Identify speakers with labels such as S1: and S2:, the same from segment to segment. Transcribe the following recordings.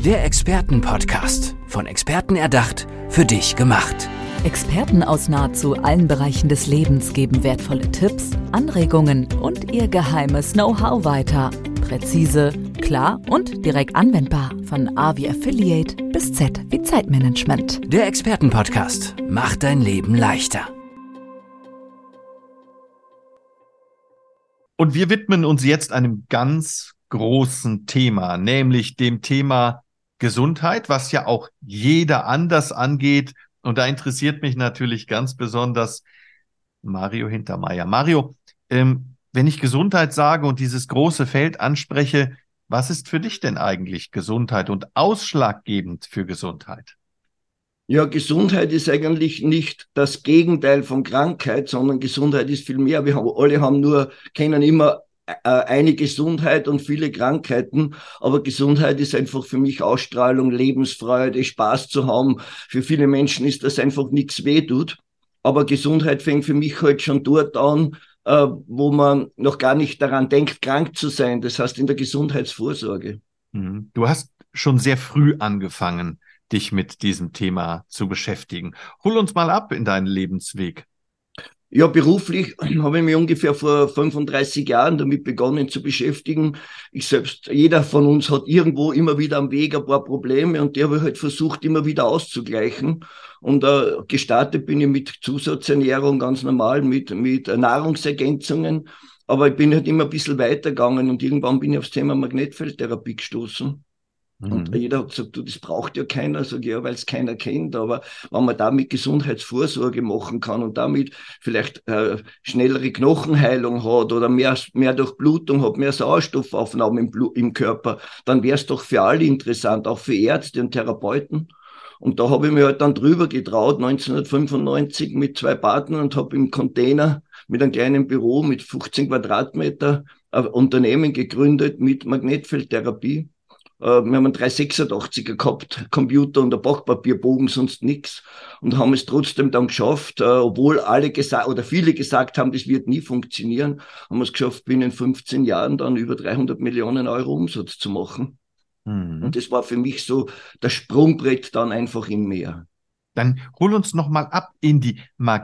S1: Der Experten-Podcast. Von Experten erdacht, für dich gemacht.
S2: Experten aus nahezu allen Bereichen des Lebens geben wertvolle Tipps, Anregungen und ihr geheimes Know-how weiter. Präzise, klar und direkt anwendbar. Von A wie Affiliate bis Z wie Zeitmanagement.
S1: Der Experten-Podcast macht dein Leben leichter.
S3: Und wir widmen uns jetzt einem ganz großen Thema, nämlich dem Thema Gesundheit, was ja auch jeder anders angeht. Und da interessiert mich natürlich ganz besonders Mario Hintermeier. Mario, wenn ich Gesundheit sage und dieses große Feld anspreche, was ist für dich denn eigentlich Gesundheit und ausschlaggebend für Gesundheit?
S4: Ja, Gesundheit ist eigentlich nicht das Gegenteil von Krankheit, sondern Gesundheit ist viel mehr. Kennen immer eine Gesundheit und viele Krankheiten, aber Gesundheit ist einfach für mich Ausstrahlung, Lebensfreude, Spaß zu haben. Für viele Menschen ist das einfach nichts wehtut, aber Gesundheit fängt für mich halt schon dort an, wo man noch gar nicht daran denkt, krank zu sein. Das heißt in der Gesundheitsvorsorge.
S3: Du hast schon sehr früh angefangen, dich mit diesem Thema zu beschäftigen. Hol uns mal ab in deinen Lebensweg.
S4: Ja, beruflich habe ich mich ungefähr vor 35 Jahren damit begonnen zu beschäftigen. Jeder von uns hat irgendwo immer wieder am Weg ein paar Probleme und die habe ich halt versucht, immer wieder auszugleichen. Und gestartet bin ich mit Zusatzernährung, ganz normal, mit Nahrungsergänzungen. Aber ich bin halt immer ein bisschen weitergegangen und irgendwann bin ich aufs Thema Magnetfeldtherapie gestoßen. Und jeder hat gesagt, das braucht ja keiner. Sag ich, ja, weil es keiner kennt. Aber wenn man damit Gesundheitsvorsorge machen kann und damit vielleicht schnellere Knochenheilung hat oder mehr Durchblutung hat, mehr Sauerstoffaufnahme im Körper, dann wäre es doch für alle interessant, auch für Ärzte und Therapeuten. Und da habe ich mir halt dann drüber getraut, 1995 mit 2 Partnern und habe im Container mit einem kleinen Büro mit 15 Quadratmeter ein Unternehmen gegründet mit Magnetfeldtherapie. Wir haben einen 386er gehabt, Computer und ein Backpapierbogen, sonst nichts. Und haben es trotzdem dann geschafft, obwohl viele gesagt haben, das wird nie funktionieren, haben wir es geschafft, binnen 15 Jahren dann über 300 Millionen Euro Umsatz zu machen. Und das war für mich so das Sprungbrett dann einfach im Meer.
S3: Dann hol uns nochmal ab in die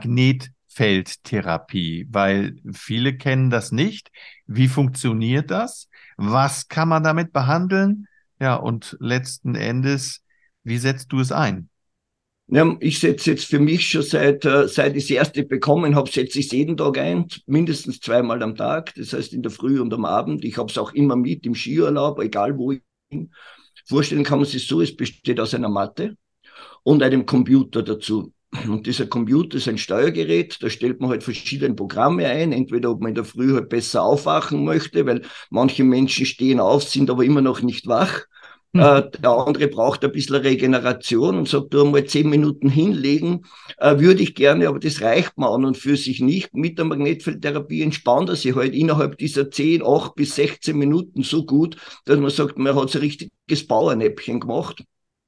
S3: Magnetfeldtherapie, weil viele kennen das nicht. Wie funktioniert das? Was kann man damit behandeln? Ja, und letzten Endes, wie setzt du es ein?
S4: Ja, ich setze jetzt für mich schon seit ich das erste bekommen habe, setze ich es jeden Tag ein, mindestens 2-mal am Tag. Das heißt in der Früh und am Abend. Ich habe es auch immer mit im Skiurlaub, egal wo ich bin. Vorstellen kann man sich so, es besteht aus einer Matte und einem Computer dazu. Und dieser Computer ist ein Steuergerät, da stellt man halt verschiedene Programme ein, entweder ob man in der Früh halt besser aufwachen möchte, weil manche Menschen stehen auf, sind aber immer noch nicht wach. Der andere braucht ein bisschen Regeneration und sagt, du einmal 10 Minuten hinlegen, würde ich gerne, aber das reicht mir an und für sich nicht. Mit der Magnetfeldtherapie entspannt er sich halt innerhalb dieser 10, 8 bis 16 Minuten so gut, dass man sagt, man hat so ein richtiges Powernäppchen gemacht.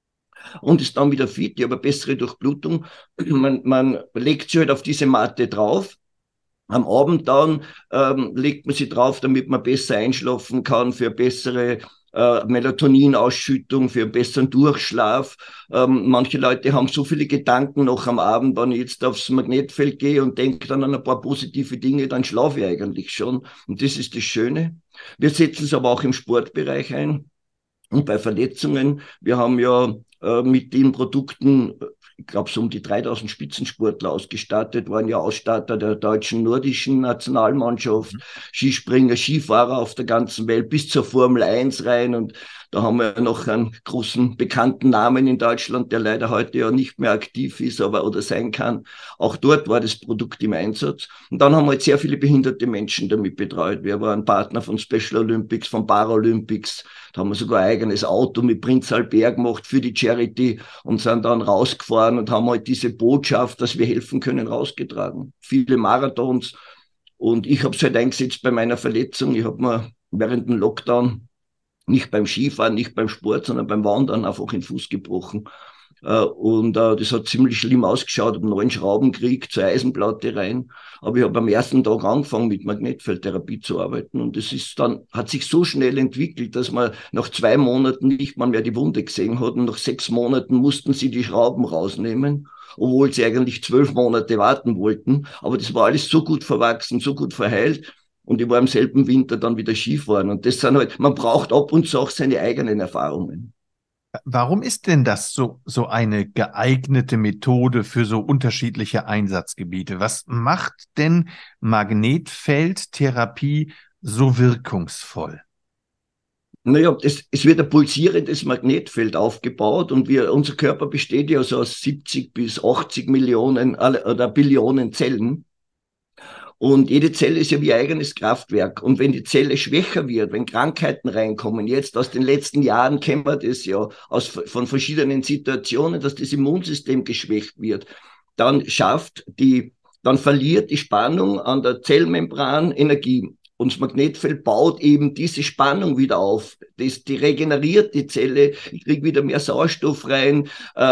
S4: Und ist dann wieder fit, ich habe eine bessere Durchblutung. Man legt sich halt auf diese Matte drauf. Am Abend dann legt man sie drauf, damit man besser einschlafen kann, für bessere Melatoninausschüttung, für einen besseren Durchschlaf. Manche Leute haben so viele Gedanken noch am Abend, wenn ich jetzt aufs Magnetfeld gehe und denke dann an ein paar positive Dinge, dann schlafe ich eigentlich schon. Und das ist das Schöne. Wir setzen es aber auch im Sportbereich ein. Und bei Verletzungen, wir haben ja mit den Produkten, ich glaube, so um die 3000 Spitzensportler ausgestattet, waren ja Ausstatter der deutschen nordischen Nationalmannschaft, Skispringer, Skifahrer auf der ganzen Welt bis zur Formel 1 rein. Und da haben wir noch einen großen bekannten Namen in Deutschland, der leider heute ja nicht mehr aktiv ist, oder sein kann. Auch dort war das Produkt im Einsatz. Und dann haben wir halt sehr viele behinderte Menschen damit betreut. Wir waren Partner von Special Olympics, von Paralympics. Da haben wir sogar ein eigenes Auto mit Prinz Albert gemacht für die Charity und sind dann rausgefahren und haben halt diese Botschaft, dass wir helfen können, rausgetragen. Viele Marathons. Und ich habe es halt eingesetzt bei meiner Verletzung. Ich habe mir während dem Lockdown nicht beim Skifahren, nicht beim Sport, sondern beim Wandern einfach den Fuß gebrochen. Das hat ziemlich schlimm ausgeschaut, habe 9 Schrauben gekriegt zur Eisenplatte rein. Aber ich habe am ersten Tag angefangen mit Magnetfeldtherapie zu arbeiten und hat sich so schnell entwickelt, dass man nach 2 Monaten nicht mal mehr die Wunde gesehen hat und nach 6 Monaten mussten sie die Schrauben rausnehmen, obwohl sie eigentlich 12 Monate warten wollten. Aber das war alles so gut verwachsen, so gut verheilt. Und ich war im selben Winter dann wieder Skifahren. Und das sind halt, man braucht ab und zu auch seine eigenen Erfahrungen.
S3: Warum ist denn das so eine geeignete Methode für so unterschiedliche Einsatzgebiete? Was macht denn Magnetfeldtherapie so wirkungsvoll?
S4: Naja, es wird ein pulsierendes Magnetfeld aufgebaut und unser Körper besteht ja so aus 70 bis 80 Millionen oder Billionen Zellen. Und jede Zelle ist ja wie ein eigenes Kraftwerk. Und wenn die Zelle schwächer wird, wenn Krankheiten reinkommen, jetzt aus den letzten Jahren kennen wir das ja von verschiedenen Situationen, dass das Immunsystem geschwächt wird, dann verliert die Spannung an der Zellmembran Energie. Und das Magnetfeld baut eben diese Spannung wieder auf. Die regeneriert die Zelle, ich kriege wieder mehr Sauerstoff rein,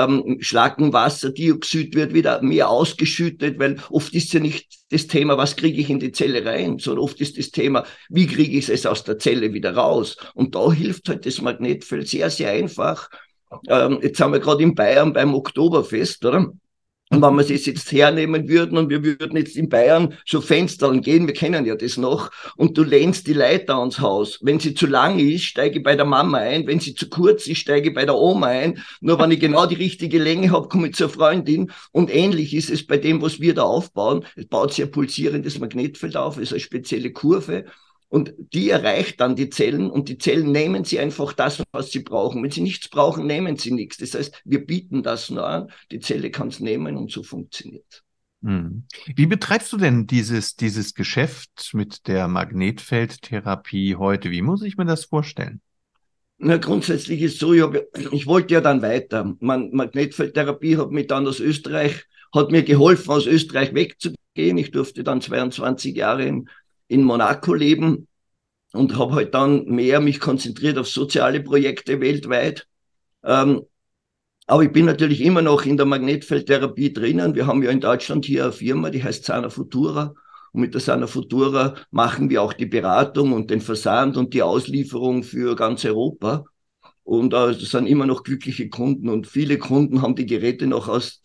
S4: Schlackenwasserdioxid wird wieder mehr ausgeschüttet, weil oft ist ja nicht das Thema, was kriege ich in die Zelle rein, sondern oft ist das Thema, wie kriege ich es aus der Zelle wieder raus. Und da hilft halt das Magnetfeld sehr, sehr einfach. Jetzt sind wir gerade in Bayern beim Oktoberfest, oder? Und wenn wir es jetzt hernehmen würden und wir würden jetzt in Bayern so Fenstern gehen, wir kennen ja das noch, und du lehnst die Leiter ans Haus. Wenn sie zu lang ist, steige ich bei der Mama ein. Wenn sie zu kurz ist, steige ich bei der Oma ein. Nur wenn ich genau die richtige Länge habe, komme ich zur Freundin. Und ähnlich ist es bei dem, was wir da aufbauen. Es baut sich ein pulsierendes Magnetfeld auf, es ist eine spezielle Kurve. Und die erreicht dann die Zellen und die Zellen nehmen sie einfach das, was sie brauchen. Wenn sie nichts brauchen, nehmen sie nichts. Das heißt, wir bieten das nur an, die Zelle kann es nehmen und so funktioniert.
S3: Wie betreibst du denn dieses Geschäft mit der Magnetfeldtherapie heute? Wie muss ich mir das vorstellen?
S4: Na, grundsätzlich ist es so, ich wollte ja dann weiter. Magnetfeldtherapie hat mich dann hat mir geholfen, aus Österreich wegzugehen. Ich durfte dann 22 Jahre in Monaco leben und habe halt dann mehr mich konzentriert auf soziale Projekte weltweit. Aber ich bin natürlich immer noch in der Magnetfeldtherapie drinnen. Wir haben ja in Deutschland hier eine Firma, die heißt Sana Futura. Und mit der Sana Futura machen wir auch die Beratung und den Versand und die Auslieferung für ganz Europa. Und das sind immer noch glückliche Kunden und viele Kunden haben die Geräte noch aus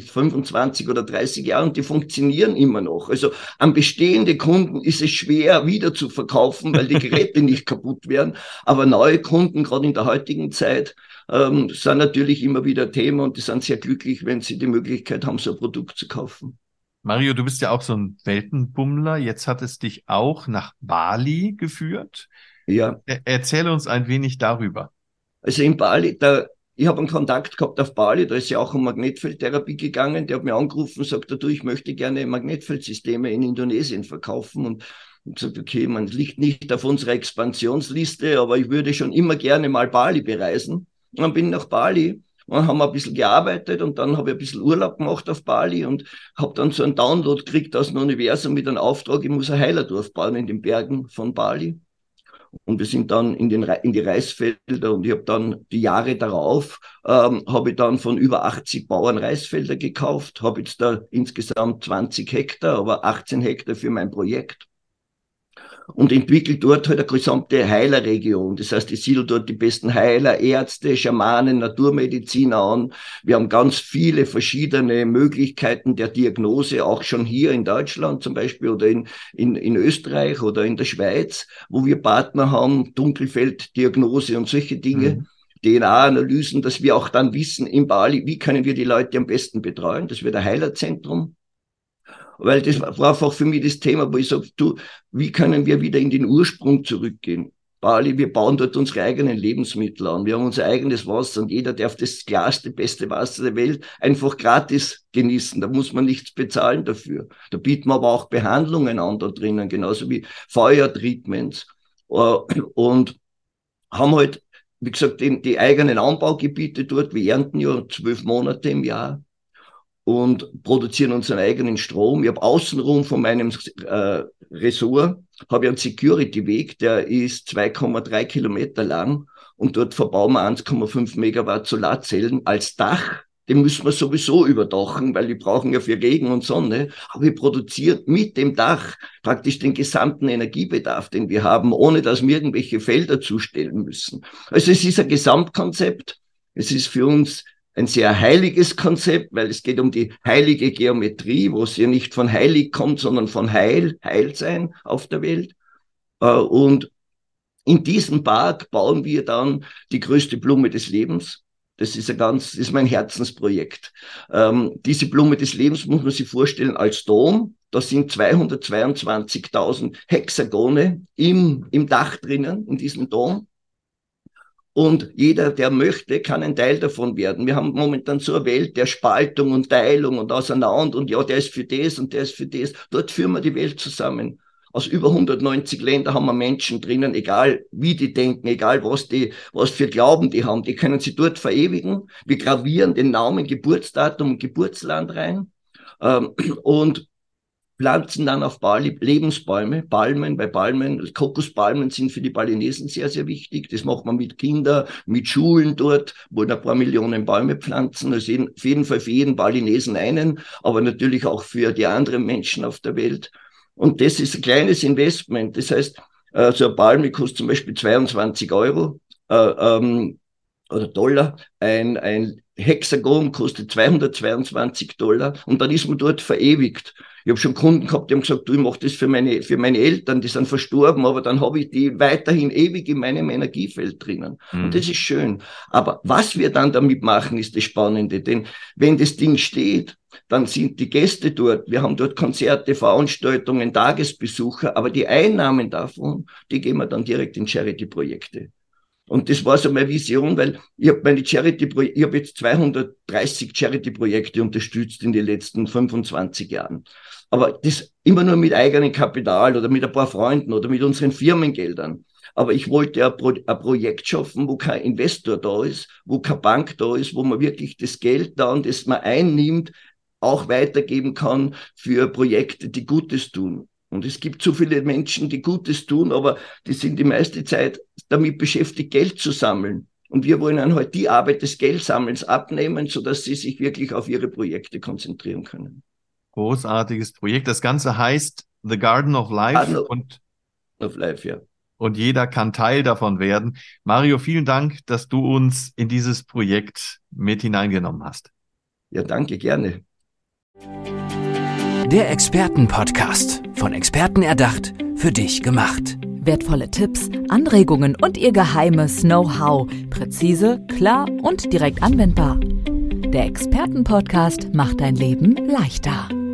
S4: 25 oder 30 Jahren und die funktionieren immer noch. Also an bestehende Kunden ist es schwer wieder zu verkaufen, weil die Geräte nicht kaputt werden. Aber neue Kunden, gerade in der heutigen Zeit, sind natürlich immer wieder Thema und die sind sehr glücklich, wenn sie die Möglichkeit haben, so ein Produkt zu kaufen.
S3: Mario, du bist ja auch so ein Weltenbummler. Jetzt hat es dich auch nach Bali geführt.
S4: Ja.
S3: Erzähle uns ein wenig darüber.
S4: Also in Bali, ich habe einen Kontakt gehabt auf Bali, da ist ja auch um Magnetfeldtherapie gegangen. Der hat mir angerufen und sagt, du, ich möchte gerne Magnetfeldsysteme in Indonesien verkaufen. Und ich habe gesagt, okay, man liegt nicht auf unserer Expansionsliste, aber ich würde schon immer gerne mal Bali bereisen. Und dann bin ich nach Bali und haben ein bisschen gearbeitet und dann habe ich ein bisschen Urlaub gemacht auf Bali und habe dann so einen Download gekriegt aus dem Universum mit einem Auftrag, ich muss ein Heilerdorf bauen in den Bergen von Bali. Und wir sind dann in die Reisfelder und ich habe dann die Jahre darauf, habe ich dann von über 80 Bauern Reisfelder gekauft, habe jetzt da insgesamt 20 Hektar, aber 18 Hektar für mein Projekt. Und entwickelt dort halt eine gesamte Heilerregion. Das heißt, ich siedle dort die besten Heiler, Ärzte, Schamanen, Naturmediziner an. Wir haben ganz viele verschiedene Möglichkeiten der Diagnose, auch schon hier in Deutschland zum Beispiel oder in Österreich oder in der Schweiz, wo wir Partner haben, Dunkelfelddiagnose und solche Dinge. DNA-Analysen, dass wir auch dann wissen in Bali, wie können wir die Leute am besten betreuen. Das wird ein Heilerzentrum. Weil das war einfach für mich das Thema, wo ich sage, du, wie können wir wieder in den Ursprung zurückgehen? Bali, wir bauen dort unsere eigenen Lebensmittel an. Wir haben unser eigenes Wasser und jeder darf das klarste, beste Wasser der Welt einfach gratis genießen. Da muss man nichts bezahlen dafür. Da bieten wir aber auch Behandlungen an da drinnen, genauso wie Feuertreatments. Und haben halt, wie gesagt, die eigenen Anbaugebiete dort. Wir ernten ja 12 Monate im Jahr und produzieren unseren eigenen Strom. Ich habe außenrum von meinem Ressort habe ich einen Security-Weg, der ist 2,3 Kilometer lang und dort verbauen wir 1,5 Megawatt Solarzellen als Dach den müssen wir sowieso überdachen, weil die brauchen ja für Regen und Sonne. Aber wir produzieren mit dem Dach praktisch den gesamten Energiebedarf, den wir haben, ohne dass wir irgendwelche Felder zustellen müssen. Also es ist ein Gesamtkonzept. Es ist für uns ein sehr heiliges Konzept, weil es geht um die heilige Geometrie, wo es ja nicht von heilig kommt, sondern von Heilsein auf der Welt. Und in diesem Park bauen wir dann die größte Blume des Lebens. Das ist mein Herzensprojekt. Diese Blume des Lebens muss man sich vorstellen als Dom. Da sind 222.000 Hexagone im Dach drinnen, in diesem Dom. Und jeder, der möchte, kann ein Teil davon werden. Wir haben momentan so eine Welt der Spaltung und Teilung und auseinander und ja, der ist für das und der ist für das. Dort führen wir die Welt zusammen. Aus über 190 Ländern haben wir Menschen drinnen, egal wie die denken, egal was für Glauben die haben. Die können sie dort verewigen. Wir gravieren den Namen, Geburtsdatum und Geburtsland rein und pflanzen dann auf Bali Lebensbäume, Palmen, weil Kokospalmen sind für die Balinesen sehr, sehr wichtig. Das macht man mit Kindern, mit Schulen dort, wo ein paar Millionen Bäume pflanzen. Also auf jeden Fall für jeden Balinesen einen, aber natürlich auch für die anderen Menschen auf der Welt. Und das ist ein kleines Investment. Das heißt, so eine Palme kostet zum Beispiel 22 Euro oder Dollar. Ein Hexagon kostet 222 $. Und dann ist man dort verewigt. Ich habe schon Kunden gehabt, die haben gesagt, du, ich mache das für meine Eltern, die sind verstorben, aber dann habe ich die weiterhin ewig in meinem Energiefeld drinnen. Und das ist schön. Aber was wir dann damit machen, ist das Spannende. Denn wenn das Ding steht, dann sind die Gäste dort. Wir haben dort Konzerte, Veranstaltungen, Tagesbesucher, aber die Einnahmen davon, die geben wir dann direkt in Charity-Projekte. Und das war so meine Vision, weil ich habe jetzt 230 Charity-Projekte unterstützt in den letzten 25 Jahren. Aber das immer nur mit eigenem Kapital oder mit ein paar Freunden oder mit unseren Firmengeldern. Aber ich wollte ein Projekt schaffen, wo kein Investor da ist, wo keine Bank da ist, wo man wirklich das Geld dann, das man einnimmt, auch weitergeben kann für Projekte, die Gutes tun. Und es gibt so viele Menschen, die Gutes tun, aber die sind die meiste Zeit damit beschäftigt, Geld zu sammeln. Und wir wollen dann halt die Arbeit des Geldsammelns abnehmen, sodass sie sich wirklich auf ihre Projekte konzentrieren können.
S3: Großartiges Projekt. Das Ganze heißt The Garden of Life.
S4: Garden of Life, ja.
S3: Und jeder kann Teil davon werden. Mario, vielen Dank, dass du uns in dieses Projekt mit hineingenommen hast.
S4: Ja, danke, gerne.
S1: Der Expertenpodcast, von Experten erdacht, für dich gemacht.
S2: Wertvolle Tipps, Anregungen und ihr geheimes Know-how. Präzise, klar und direkt anwendbar. Der Expertenpodcast macht dein Leben leichter.